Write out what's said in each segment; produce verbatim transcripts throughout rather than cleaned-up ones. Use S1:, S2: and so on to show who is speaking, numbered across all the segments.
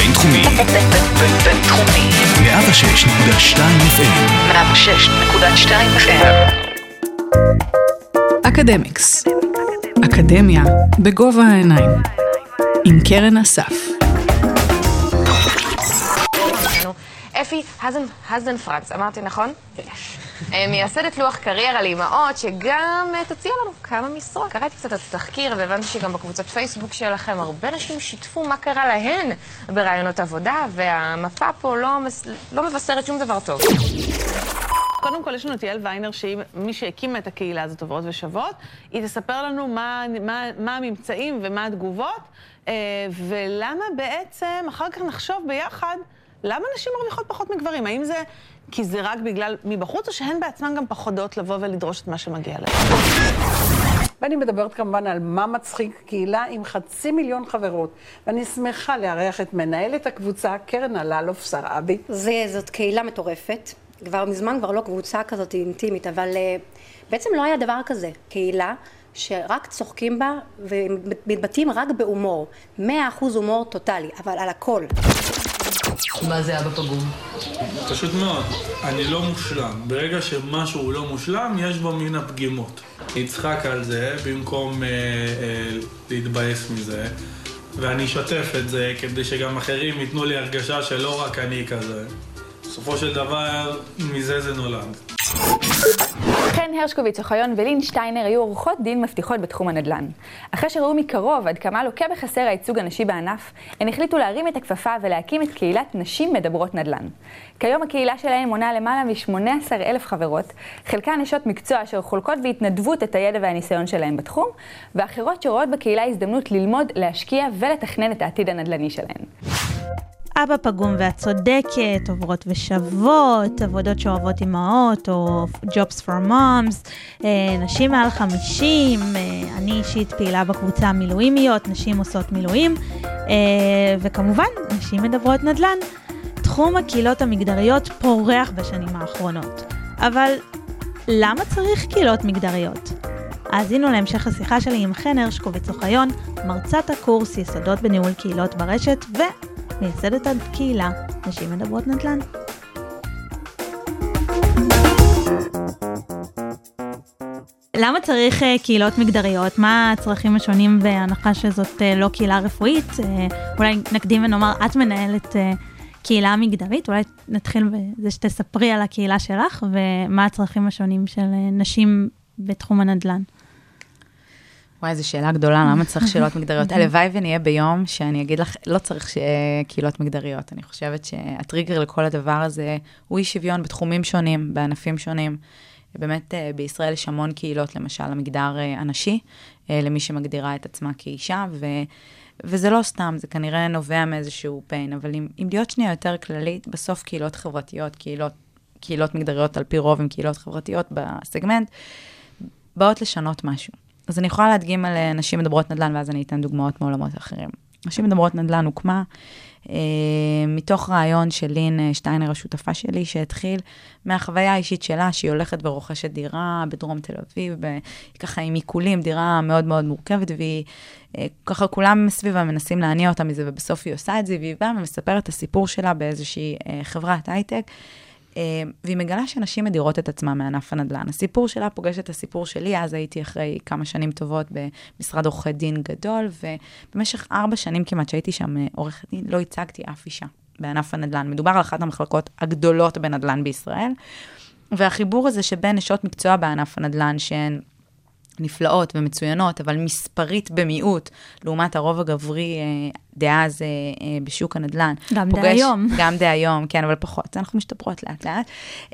S1: בינתחומי. בינתחומי. מאה ושש נקודה שתיים אף אם. מאה ושש נקודה שתיים אף אם.
S2: אקדמיקס. אקדמיה בגובה העיניים. עם קרן אסף.
S3: אפי הזן פרנץ, אמרתי נכון? מייסדת לוח קריירה לאימהות שגם תציע לנו כמה משרות. קראתי קצת את התחקיר והבנתי שגם בקבוצת פייסבוק שלכם הרבה נשים שיתפו מה קרה להן ברעיונות עבודה, והמפה פה לא, לא מבשרת שום דבר טוב.
S4: קודם כל יש לנו את יעל ויינר, שהיא מי שהקימה את הקהילה הזאת עוברות ושוות. היא תספר לנו מה, מה, מה הממצאים ומה התגובות, ולמה בעצם אחר כך נחשוב ביחד למה נשים מרוויחות פחות מגברים? האם זה כי זה רק בגלל מבחוץ, או שהן בעצמן גם פחדות לבוא ולדרוש את מה שמגיע להם?
S5: ואני מדברת כמובן על מה מצחיק קהילה עם חצי מיליון חברות. ואני שמחה לארח את מנהלת הקבוצה, קרן אללוף סראבי.
S6: זה, זאת קהילה מטורפת. כבר מזמן כבר לא קבוצה כזאת אינטימית, אבל uh, בעצם לא היה דבר כזה. קהילה שרק צוחקים בה ומתבטאים רק בהומור. מאה אחוז הומור טוטלי, אבל על הכל.
S4: מה זה אבא פגום?
S7: פשוט מאוד, אני לא מושלם. ברגע שמשהו הוא לא מושלם, יש בו מן הפגימות. נצחק על זה במקום אה, אה, להתבאס מזה, ואני אשתף את זה כדי שגם אחרים ייתנו לי הרגשה שלא רק אני כזה. בסופו של דבר, מזה זה נולד.
S8: חן הרשקוביץ, אוחיון ולין שטיינר היו עורכות דין מבטיחות בתחום הנדל"ן. אחרי שראו מקרוב עד כמה לוקה בחסר הייצוג הנשי בענף, הן החליטו להרים את הכפפה ולהקים את קהילת נשים מדברות נדל"ן. כיום הקהילה שלהן מונה למעלה מ-שמונה עשר אלף חברות, חלקן נשות מקצוע אשר חולקות בהתנדבות את הידע והניסיון שלהן בתחום, ואחרות שרואות בקהילה הזדמנות ללמוד, להשקיע ולתכנן את העתיד הנדל"ני שלהן.
S9: אבא פגום והצודקת, עוברות ושוות, עבודות שאוהבות אימהות, או Jobs for Moms, נשים מעל חמישים, אני אישית פעילה בקבוצה מילואימיות, נשים עושות מילואים, וכמובן, נשים מדברות נדל"ן. תחום הקהילות המגדריות פורח בשנים האחרונות. אבל למה צריך קהילות מגדריות? האזינו להמשך השיחה שלי עם חן הרשקוביץ אוחיון, מרצת הקורס יסודות בניהול קהילות ברשת, ו... מייסדת הקהילה, נשים מדברות נדל"ן. למה צריך קהילות מגדריות? מה הצרכים השונים בהנחה שזאת לא קהילה רפואית? אולי נקדים ונאמר, את מנהלת קהילה מגדרית, אולי נתחיל בזה שתספרי על הקהילה שלך, ומה הצרכים השונים של נשים בתחום הנדל"ן.
S10: וואי, זו שאלה גדולה, למה צריך שאלות מגדריות? הלוואי ונהיה ביום שאני אגיד לך, לא צריך קהילות מגדריות. אני חושבת שהטריגר לכל הדבר הזה הוא אי שוויון בתחומים שונים, בענפים שונים. באמת בישראל יש המון קהילות, למשל המגדר הנשי, למי שמגדירה את עצמה כאישה, ו... וזה לא סתם, זה כנראה נובע מאיזשהו פיין, אבל אם, אם להיות שנייה יותר כללית, בסוף קהילות חברתיות, קהילות, קהילות מגדריות על פי רוב עם קהילות חברתיות בסגמנט, באות לשנות משהו. אז אני יכולה להדגים על נשים מדברות נדל"ן, ואז אני אתן דוגמאות מעולמות אחרים. נשים מדברות נדל"ן הוקמה, אה, מתוך רעיון של לין שטיינר, השותפה שלי, שהתחיל מהחוויה האישית שלה, שהיא הולכת ורוכשת דירה בדרום תל אביב, ככה עם עיקולים, דירה מאוד מאוד מורכבת, והיא, אה, ככה כולם סביבה מנסים להניע אותה מזה, ובסוף היא עושה את זה, והיא באה ומספרת את הסיפור שלה באיזושהי אה, חברת הייטק, והיא מגלה שנשים מדירות את עצמה מענף הנדל"ן. הסיפור שלה פוגש את הסיפור שלי, אז הייתי אחרי כמה שנים טובות במשרד עורכי דין גדול, ובמשך ארבע שנים כמעט שהייתי שם עורכת דין, לא הצגתי אף אישה בענף הנדל"ן. מדובר על אחת המחלקות הגדולות בנדל"ן בישראל, והחיבור הזה שבין נשות מקצוע בענף הנדל"ן, שהן נפלאות ומצוינות, אבל מספרית במיעוט, לעומת הרוב הגברי דאז בשוק הנדל"ן.
S9: גם די היום.
S10: גם די היום, כן, אבל פחות. אנחנו משתפרות לאט לאט.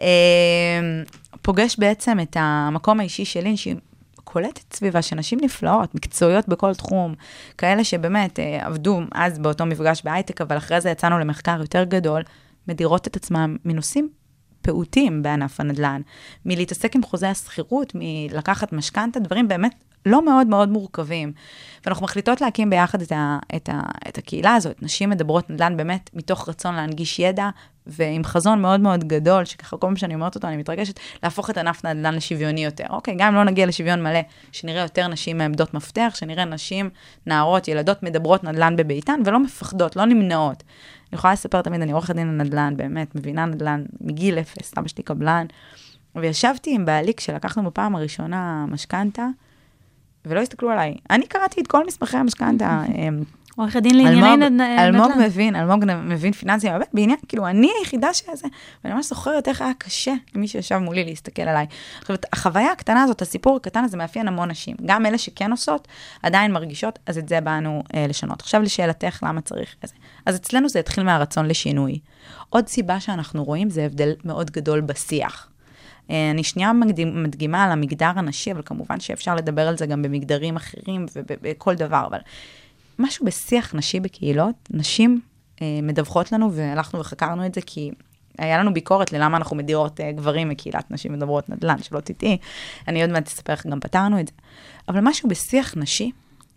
S10: פוגש בעצם את המקום האישי שלי, שהיא קולטת סביבה שנשים נפלאות, מקצועיות בכל תחום, כאלה שבאמת עבדו אז באותו מפגש בהייטק, אבל אחרי זה יצאנו למחקר יותר גדול, מדירות את עצמם מנושאים פעוטים בענף הנדל"ן, מלהתעסק עם חוזי הסחירות, מלקחת משכנתא, דברים באמת לא מאוד מאוד מורכבים. ואנחנו מחליטות להקים ביחד את, ה, את, ה, את הקהילה הזאת. נשים מדברות נדל"ן באמת מתוך רצון להנגיש ידע, ועם חזון מאוד מאוד גדול, שככה כל פעם שאני אומרת אותו, אני מתרגשת, להפוך את ענף נדל"ן לשוויוני יותר. אוקיי, גם אם לא נגיע לשוויון מלא, שנראה יותר נשים מעמדות מפתח, שנראה נשים, נערות, ילדות מדברות נדל"ן בביתן, ולא מפחדות, לא נמנעות. אני יכולה לספר תמיד, אני עורכת דין הנדל"ן, באמת, מבינה נדל"ן, מגיל אפס, אבא שלי קבלן, וישבתי עם בעלי כשלקחנו בפעם הראשונה משכנתה, ולא הסתכלו עליי. אני קראתי את כל מסמכי המשכנתה.
S9: עורך הדין לענייני נדל"ן.
S10: אלמוג מבין, אלמוג מבין פיננסים, באמת בעניין, כאילו, אני היחידה שזה, ואני ממש זוכרת איך היה קשה למי שישב מולי להסתכל עליי. עכשיו, החוויה הקטנה הזאת, הסיפור הקטן הזה מאפיין המון נשים. גם אלה שכן עושות, עדיין מרגישות, אז את זה באנו אה, לשנות. עכשיו לשאלתך, למה צריך את זה? אז אצלנו זה התחיל מהרצון לשינוי. עוד סיבה שאנחנו רואים, זה הבדל מאוד גדול בשיח. אני שנייה מדגימה על המגדר הנשי, אבל כמובן שאפשר לדבר על זה גם במגדרים אחרים ובכל דבר, אבל משהו בשיח נשי בקהילות, נשים אה, מדווחות לנו, והלכנו וחקרנו את זה, כי היה לנו ביקורת ללמה אנחנו מדירות אה, גברים מקהילת נשים מדברות נדל"ן, שלא תטעי, אני עוד מעט אספר איך גם פתרנו את זה. אבל משהו בשיח נשי,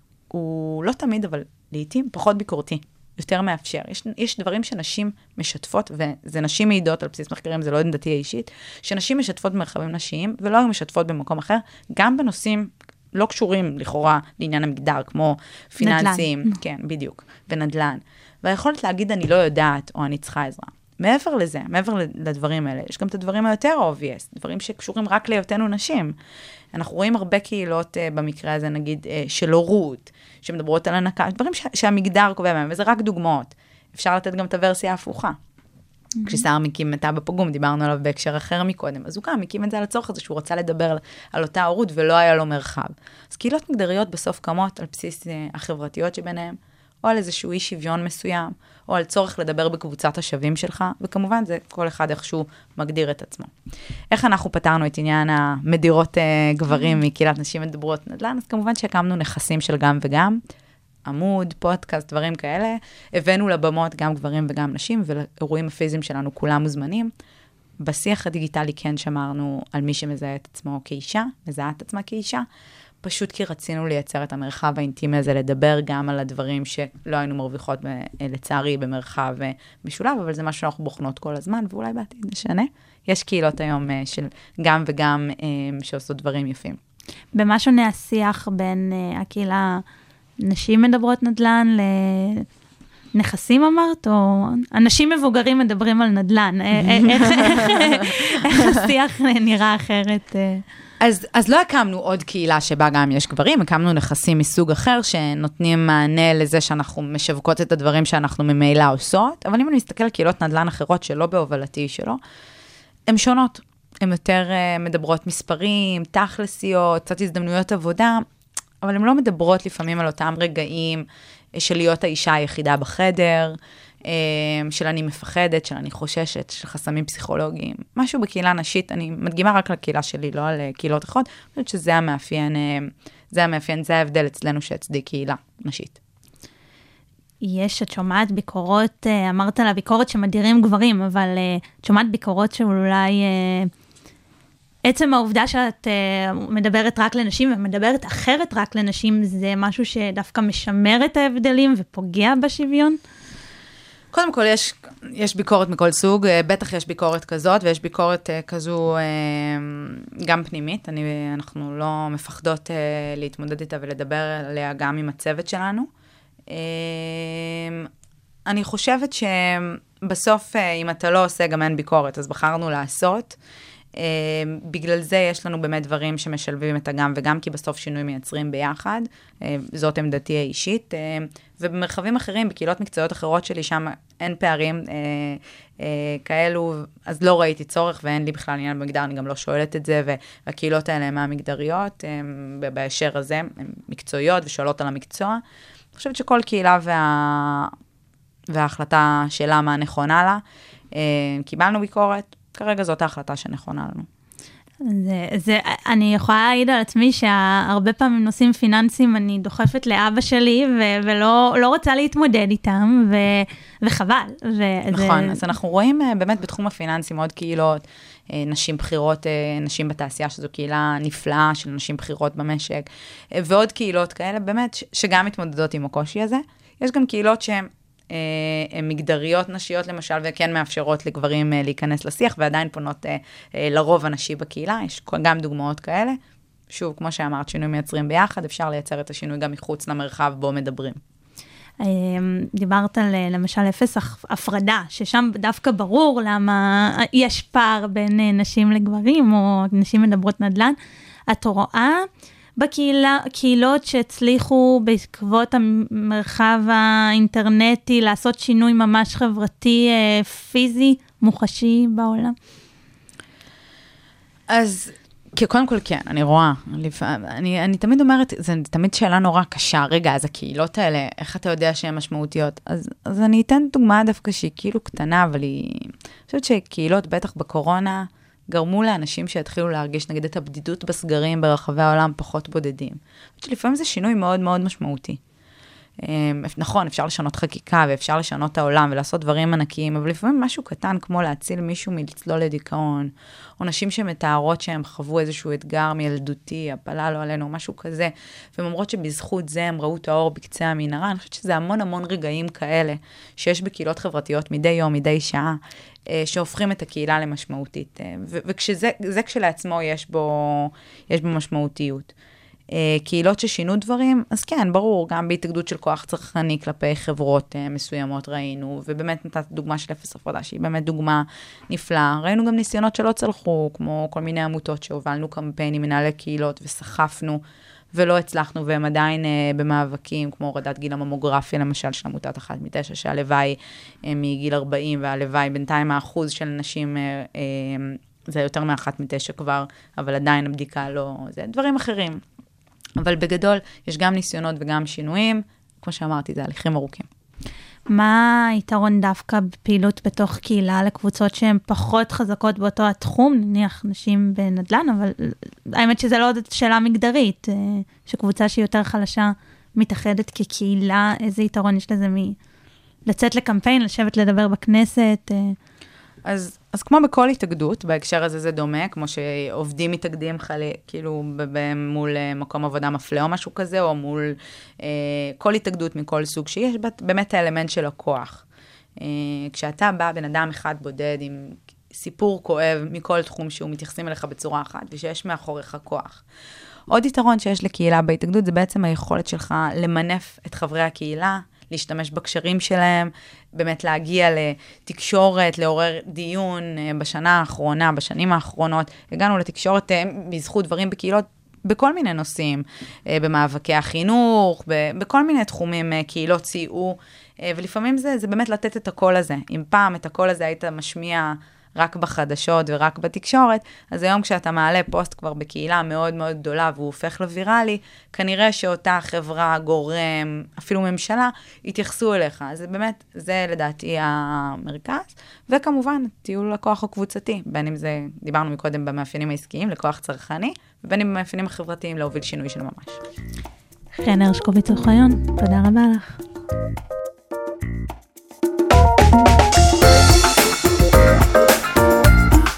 S10: הוא לא תמיד, אבל לעתים פחות ביקורתי. יותר מאפשר. יש, יש דברים שנשים משתפות, וזה נשים מעידות על בסיס מחקרים, זה לא עמדתי האישית, שנשים משתפות במרחבים נשיים, ולא היו משתפות במקום אחר, גם בנושאים לא קשורים לכאורה לעניין המגדר, כמו פיננסים, נדל"ן. כן, בדיוק, ונדל"ן. והיכולת להגיד, אני לא יודעת, או אני צריכה עזרה. מעבר לזה, מעבר לדברים האלה, יש גם את הדברים היותר obvious, דברים שקשורים רק להיותנו נשים. אנחנו רואים הרבה קהילות uh, במקרה הזה, נגיד, uh, של הורות, שמדברות על הנקה, דברים ש- שהמגדר קובע מהם, וזה רק דוגמאות. אפשר לתת גם את הוורסיה ההפוכה. Mm-hmm. כששר מקים את אבא פגום, דיברנו עליו בהקשר אחר מקודם, אז הוא גם מקים את זה על הצורך הזה, שהוא רצה לדבר על, על אותה הורות, ולא היה לו מרחב. אז קהילות מגדריות בסוף קמות על בסיס uh, החברתיות שביניהם, או על איזשהו אי שוויון מסוים, או על צורך לדבר בקבוצת השווים שלך, וכמובן זה כל אחד איכשהו מגדיר את עצמו. איך אנחנו פתרנו את עניין המדירות uh, גברים מקהילת נשים מדברות נדל"ן? אז כמובן שהקמנו נכסים של גם וגם, עמוד, פודקאסט, דברים כאלה, הבאנו לבמות גם גברים וגם נשים, ולאירועים הפיזיים שלנו כולם מוזמנים. בשיח הדיגיטלי כן שמרנו על מי שמזהה את עצמו כאישה, מזהה את עצמה כאישה, פשוט כי רצינו לייצר את המרחב האינטימי הזה, לדבר גם על הדברים שלא היינו מרוויחות, לצערי, במרחב משולב, אבל זה משהו שאנחנו בוחנות כל הזמן, ואולי בעתיד נשנה. יש קהילות היום של גם וגם שעושות דברים יפים.
S9: במה שונה השיח בין הקהילה נשים מדברות נדל"ן לנכסים אמרת, או אנשים מבוגרים מדברים על נדל"ן? איך השיח נראה אחרת?
S10: אז, אז לא הקמנו עוד קהילה שבה גם יש גברים, הקמנו נכסים מסוג אחר שנותנים מענה לזה שאנחנו משווקות את הדברים שאנחנו ממילא עושות, אבל אם אני מסתכל על קהילות נדל"ן אחרות שלא בהובלתי שלו, הן שונות, הן יותר uh, מדברות מספרים, תכלסיות, קצת הזדמנויות עבודה, אבל הן לא מדברות לפעמים על אותם רגעים של להיות האישה היחידה בחדר, של אני מפחדת, של אני חוששת, של חסמים פסיכולוגיים. משהו בקהילה נשית, אני מדגימה רק לקהילה שלי, לא על קהילות אחרות, אני חושבת שזה המאפיין, זה המאפיין, זה ההבדל אצלנו שהצדיק קהילה נשית.
S9: יש, את שומעת ביקורות, אמרת לה ביקורת שמדירים גברים, אבל את שומעת ביקורות שאולי עצם העובדה שאת מדברת רק לנשים ומדברת אחרת רק לנשים, זה משהו שדווקא משמר את ההבדלים ופוגע בשוויון?
S10: קודם כל, יש, יש ביקורת מכל סוג, בטח יש ביקורת כזאת, ויש ביקורת כזו גם פנימית, אני, אנחנו לא מפחדות להתמודד איתה ולדבר עליה גם עם הצוות שלנו. אני חושבת שבסוף, אם אתה לא עושה, גם אין ביקורת, אז בחרנו לעשות. בגלל זה יש לנו באמת דברים שמשלבים את הגם וגם, כי בסוף שינוי מייצרים ביחד, זאת עמדתי האישית, ובמרחבים אחרים, בקהילות מקצועיות אחרות שלי, שם אין פערים כאלו, אז לא ראיתי צורך, ואין לי בכלל עניין במגדר, אני גם לא שואלת את זה, והקהילות האלה הן מהמגדריות, בהישר הזה, הן מקצועיות ושואלות על המקצוע. אני חושבת שכל קהילה וה... וההחלטה שלה מה נכונה לה, קיבלנו ביקורת, כרגע זאת ההחלטה שנכונה לנו.
S9: זה, זה, אני יכולה להעיד על עצמי שהרבה פעמים נושאים פיננסיים אני דוחפת לאבא שלי, ו- ולא לא רוצה להתמודד איתם, ו- וחבל. ו-
S10: נכון,
S9: זה...
S10: אז אנחנו רואים באמת בתחום הפיננסים עוד קהילות, נשים בחירות, נשים בתעשייה, שזו קהילה נפלאה של נשים בחירות במשק, ועוד קהילות כאלה, באמת, שגם מתמודדות עם הקושי הזה. יש גם קהילות שהן מגדריות נשיות למשל, וכן מאפשרות לגברים להיכנס לשיח, ועדיין פונות לרוב הנשי בקהילה, יש גם דוגמאות כאלה. שוב, כמו שאמרת, שינוי מייצרים ביחד, אפשר לייצר את השינוי גם מחוץ למרחב בו מדברים.
S9: דיברת על למשל אפס הפרדה, ששם דווקא ברור למה יש פער בין נשים לגברים, או נשים מדברות נדל"ן. את רואה בקהילות שהצליחו בעקבות המרחב האינטרנטי לעשות שינוי ממש חברתי, פיזי, מוחשי בעולם?
S10: אז קודם כל כן, אני רואה, אני, אני תמיד אומרת, זו תמיד שאלה נורא קשה, רגע, אז הקהילות האלה, איך אתה יודע שהן משמעותיות? אז, אז אני אתן דוגמה דווקא שהיא כאילו קטנה, אבל היא, אני חושבת שקהילות, בטח בקורונה, גרמו לאנשים שהתחילו להרגיש, נגיד, את הבדידות בסגרים ברחבי העולם פחות בודדים. לפעמים זה שינוי מאוד מאוד משמעותי. נכון, אפשר לשנות חקיקה, ואפשר לשנות את העולם, ולעשות דברים ענקיים, אבל לפעמים משהו קטן, כמו להציל מישהו מלצלול לדיכאון, או נשים שמתארות שהם חוו איזשהו אתגר מילדותי, הפלה לא עלינו, משהו כזה, והן אומרות שבזכות זה הם ראו את האור בקצה המנהרה. אני חושבת שזה המון המון רגעים כאלה, שיש בקהילות חברתיות מדי יום, מדי שעה, שהופכים את הקהילה למשמעותית. וכשזה, זה כשלעצמו יש בו, יש בו משמעותיות. קהילות ששינו דברים, אז כן, ברור, גם בהתאגדות של כוח צרכני כלפי חברות מסוימות ראינו, ובאמת נתת דוגמה של אפס הפרדה, שהיא באמת דוגמה נפלאה. ראינו גם ניסיונות שלא צלחו, כמו כל מיני עמותות שהובלנו קמפיינים, מנהלי קהילות, וסחפנו, ולא הצלחנו, והם עדיין במאבקים, כמו הורדת גיל הממוגרפיה, למשל, של עמותת אחת מתשע, שהלוואי מגיל ארבעים, והלוואי בינתיים האחוז של נשים, זה יותר מאחת מתשע כבר, אבל עדיין הבדיקה לא, זה דברים אחרים. אבל בגדול, יש גם ניסיונות וגם שינויים, כמו שאמרתי, זה הליכים ארוכים.
S9: מה היתרון דווקא בפעילות בתוך קהילה לקבוצות שהן פחות חזקות באותו התחום, נניח נשים בנדל"ן, אבל האמת שזה לא עוד שאלה מגדרית, שקבוצה שהיא יותר חלשה מתאחדת כקהילה, איזה יתרון יש לזה מלצאת לקמפיין, לשבת לדבר בכנסת?
S10: אז, אז כמו בכל התאגדות, בהקשר הזה זה דומה, כמו שעובדים מתאגדים חלי, כאילו מול מקום עבודה מפלה או משהו כזה, או מול אה, כל התאגדות מכל סוג, שיש באמת האלמנט של הכוח. אה, כשאתה בא בן אדם אחד בודד עם סיפור כואב מכל תחום שהוא מתייחסים אליך בצורה אחת, ושיש מאחוריך כוח. עוד יתרון שיש לקהילה בהתאגדות, זה בעצם היכולת שלך למנף את חברי הקהילה, להשתמש בקשרים שלהם, באמת להגיע לתקשורת, לעורר דיון. בשנה האחרונה, בשנים האחרונות, הגענו לתקשורת בזכות דברים בקהילות, בכל מיני נושאים, במאבקי החינוך, בכל מיני תחומים קהילות סייעו, ולפעמים זה, זה באמת לתת את הקול הזה. אם פעם את הקול הזה היית משמיע רק בחדשות ורק בתקשורת, אז היום כשאתה מעלה פוסט כבר בקהילה מאוד מאוד גדולה, והוא הופך לוויראלי, כנראה שאותה חברה, גורם, אפילו ממשלה, יתייחסו אליך. אז באמת, זה לדעתי המרכז, וכמובן, טיול לכוח הקבוצתי, בין אם זה, דיברנו מקודם במאפיינים העסקיים, לכוח צרכני, ובין אם במאפיינים החברתיים להוביל שינוי של ממש.
S9: חן הרשקוביץ אוחיון, תודה רבה לך.